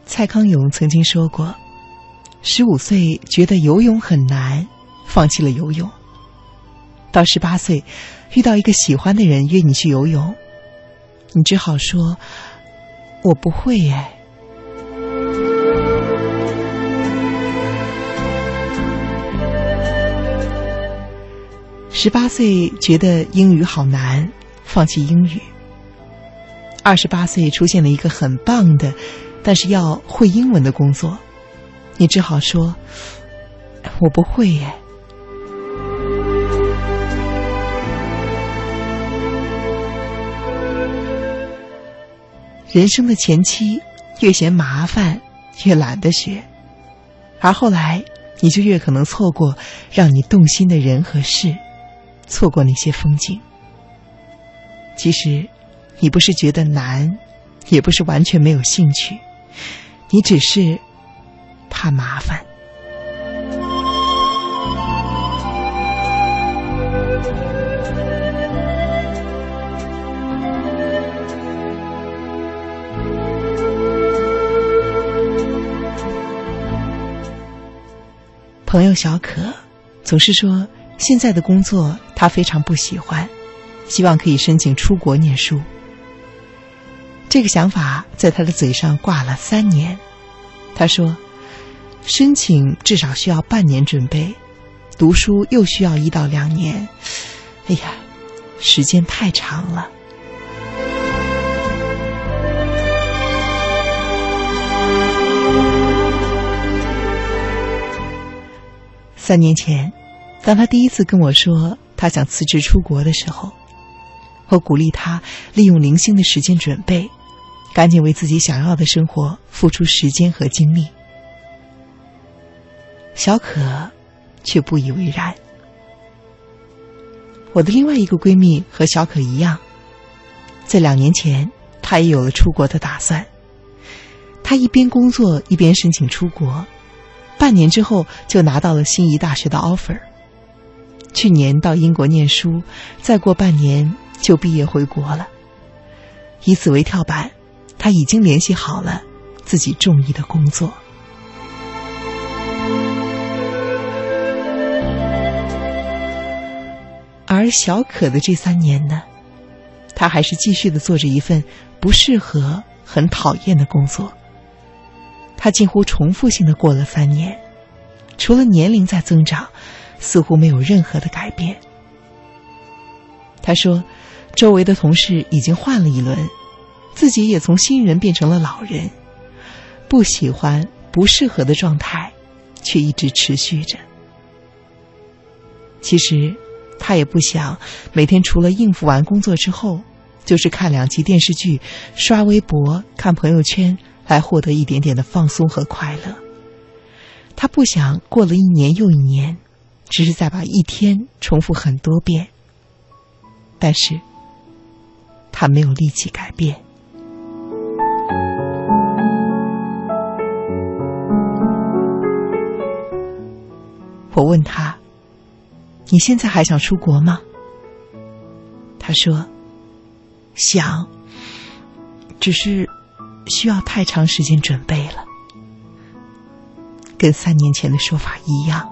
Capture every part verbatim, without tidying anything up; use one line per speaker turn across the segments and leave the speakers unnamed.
蔡康永曾经说过，十五岁觉得游泳很难，放弃了游泳。到十八岁，遇到一个喜欢的人约你去游泳，你只好说我不会耶。十八岁觉得英语好难，放弃英语。二十八岁出现了一个很棒的，但是要会英文的工作，你只好说我不会耶。人生的前期越嫌麻烦，越懒得学，而后来你就越可能错过让你动心的人和事，错过那些风景。其实你不是觉得难，也不是完全没有兴趣，你只是怕麻烦。朋友小可总是说，现在的工作他非常不喜欢，希望可以申请出国念书。这个想法在他的嘴上挂了三年。他说，申请至少需要半年准备，读书又需要一到两年，哎呀，时间太长了。三年前，当他第一次跟我说他想辞职出国的时候，我鼓励他利用零星的时间准备，赶紧为自己想要的生活付出时间和精力。小可却不以为然。我的另外一个闺蜜和小可一样，在两年前她也有了出国的打算。她一边工作一边申请出国，半年之后就拿到了心仪大学的 offer。 去年到英国念书，再过半年就毕业回国了。以此为跳板，他已经联系好了自己中意的工作。而小可的这三年呢，他还是继续的做着一份不适合、很讨厌的工作。他近乎重复性的过了三年，除了年龄在增长，似乎没有任何的改变。他说，周围的同事已经换了一轮，自己也从新人变成了老人，不喜欢、不适合的状态却一直持续着。其实他也不想每天除了应付完工作之后，就是看两集电视剧、刷微博、看朋友圈来获得一点点的放松和快乐。他不想过了一年又一年，只是在把一天重复很多遍。但是他没有力气改变。我问他，你现在还想出国吗？他说，想，只是需要太长时间准备了。跟三年前的说法一样。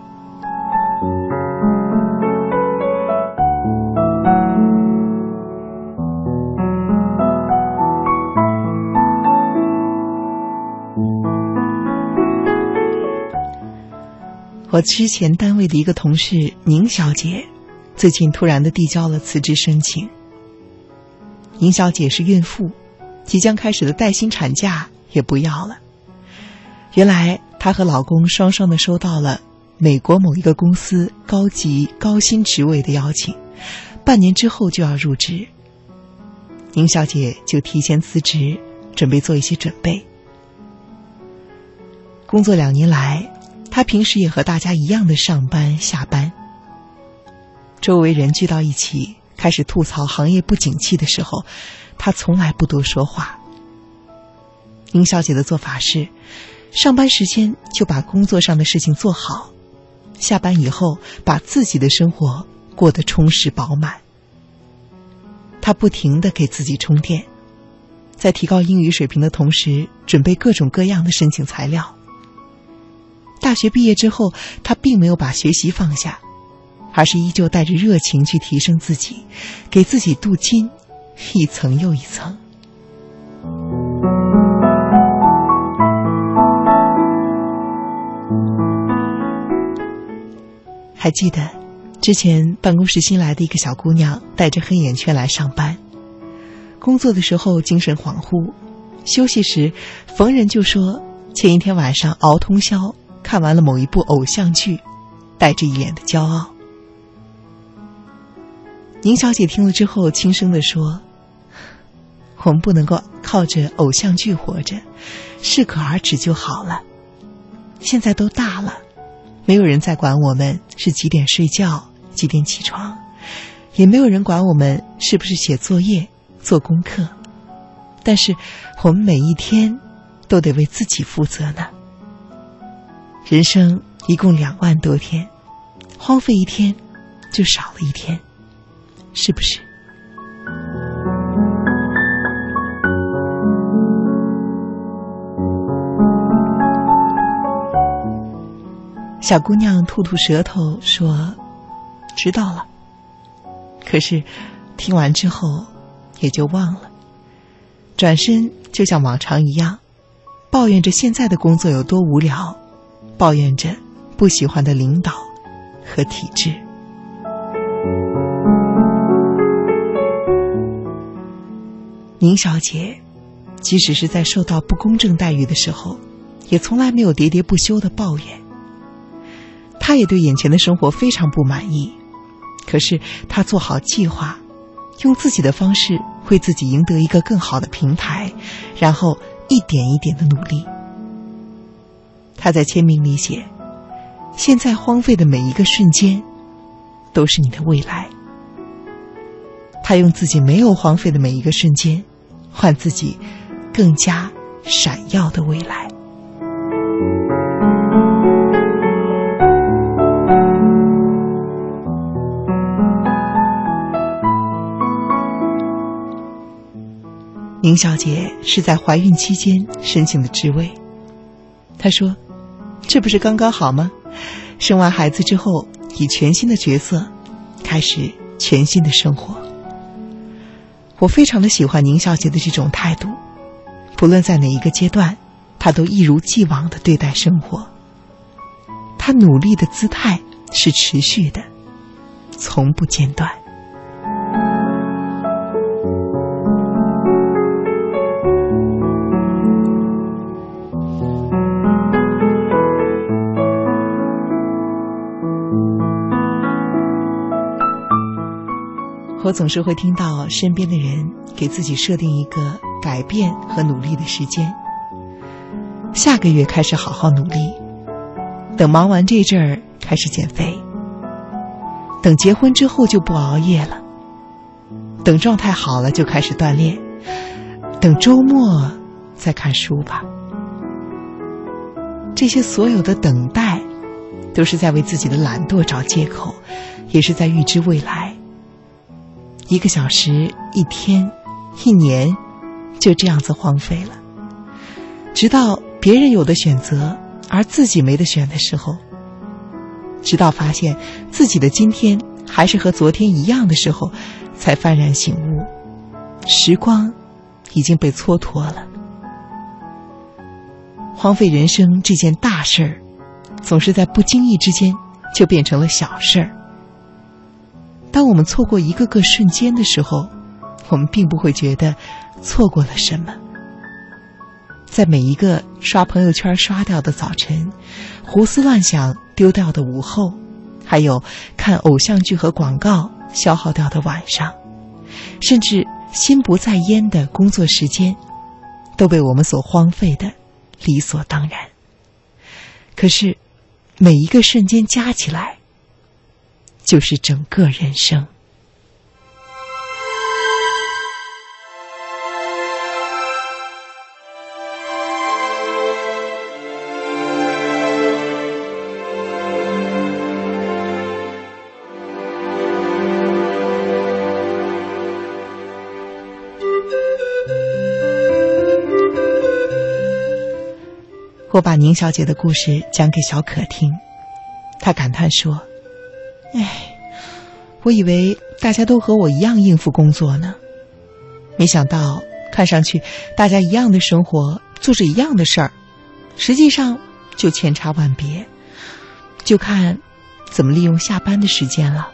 我之前单位的一个同事宁小姐，最近突然的递交了辞职申请。宁小姐是孕妇，即将开始的带薪产假也不要了。原来她和老公双双的收到了美国某一个公司高级高薪职位的邀请，半年之后就要入职。宁小姐就提前辞职，准备做一些准备。工作两年来，她平时也和大家一样的上班下班。周围人聚到一起开始吐槽行业不景气的时候，她从来不多说话。宁小姐的做法是，上班时间就把工作上的事情做好，下班以后把自己的生活过得充实饱满。她不停地给自己充电， 在提高英语水平的同时，准备各种各样的申请材料。大学毕业之后，他并没有把学习放下，而是依旧带着热情去提升自己，给自己镀金，一层又一层。还记得之前办公室新来的一个小姑娘，带着黑眼圈来上班，工作的时候精神恍惚，休息时逢人就说前一天晚上熬通宵看完了某一部偶像剧，带着一脸的骄傲。宁小姐听了之后轻声地说，我们不能够靠着偶像剧活着，适可而止就好了。现在都大了，没有人再管我们是几点睡觉几点起床，也没有人管我们是不是写作业做功课，但是我们每一天都得为自己负责呢。人生一共两万多天，荒废一天就少了一天，是不是？小姑娘吐吐舌头说知道了，可是听完之后也就忘了，转身就像往常一样抱怨着现在的工作有多无聊，抱怨着不喜欢的领导和体制。宁小姐即使是在受到不公正待遇的时候，也从来没有喋喋不休的抱怨。她也对眼前的生活非常不满意，可是她做好计划，用自己的方式为自己赢得一个更好的平台，然后一点一点的努力。她在签名里写，现在荒废的每一个瞬间都是你的未来。她用自己没有荒废的每一个瞬间换自己更加闪耀的未来。宁小姐是在怀孕期间申请的职位，她说这不是刚刚好吗？生完孩子之后，以全新的角色开始全新的生活。我非常的喜欢宁小姐的这种态度，不论在哪一个阶段，她都一如既往的对待生活。她努力的姿态是持续的，从不间断。我总是会听到身边的人给自己设定一个改变和努力的时间，下个月开始好好努力，等忙完这阵儿开始减肥，等结婚之后就不熬夜了，等状态好了就开始锻炼，等周末再看书吧。这些所有的等待都是在为自己的懒惰找借口，也是在预知未来。一个小时，一天，一年，就这样子荒废了，直到别人有的选择而自己没得选的时候，直到发现自己的今天还是和昨天一样的时候，才幡然醒悟，时光已经被蹉跎了。荒废人生这件大事儿，总是在不经意之间就变成了小事儿。当我们错过一个个瞬间的时候，我们并不会觉得错过了什么。在每一个刷朋友圈刷掉的早晨，胡思乱想丢掉的午后，还有看偶像剧和广告消耗掉的晚上，甚至心不在焉的工作时间，都被我们所荒废的理所当然。可是每一个瞬间加起来，就是整个人生。 我把宁小姐的故事讲给小可听，她感叹说：哎，我以为大家都和我一样应付工作呢，没想到看上去大家一样的生活，做着一样的事儿，实际上就千差万别，就看怎么利用下班的时间了。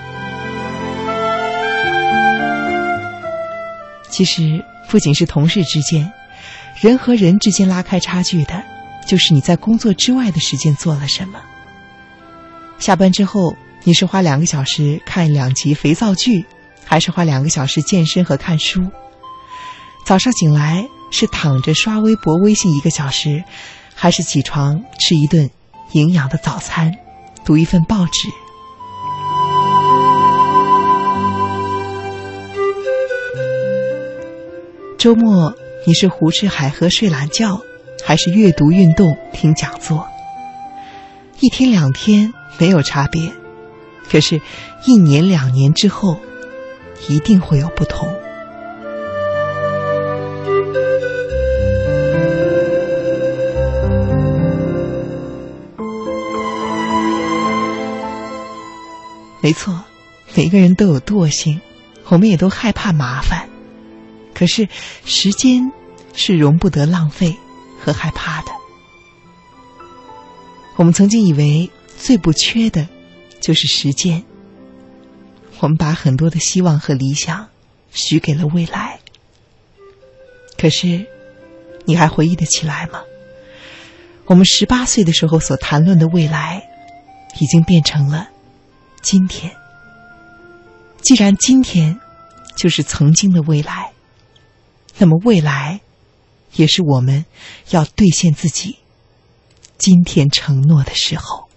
其实不仅是同事之间，人和人之间拉开差距的，就是你在工作之外的时间做了什么。下班之后，你是花两个小时看两集肥皂剧，还是花两个小时健身和看书？早上醒来是躺着刷微博微信一个小时，还是起床吃一顿营养的早餐，读一份报纸？周末你是胡吃海喝睡懒觉，还是阅读运动听讲座？一天两天没有差别，可是一年两年之后一定会有不同。没错，每个人都有惰性，我们也都害怕麻烦，可是时间是容不得浪费和害怕的。我们曾经以为最不缺的就是时间，我们把很多的希望和理想许给了未来。可是你还回忆得起来吗？我们十八岁的时候所谈论的未来已经变成了今天。既然今天就是曾经的未来，那么未来也是我们要兑现自己今天承诺的时候。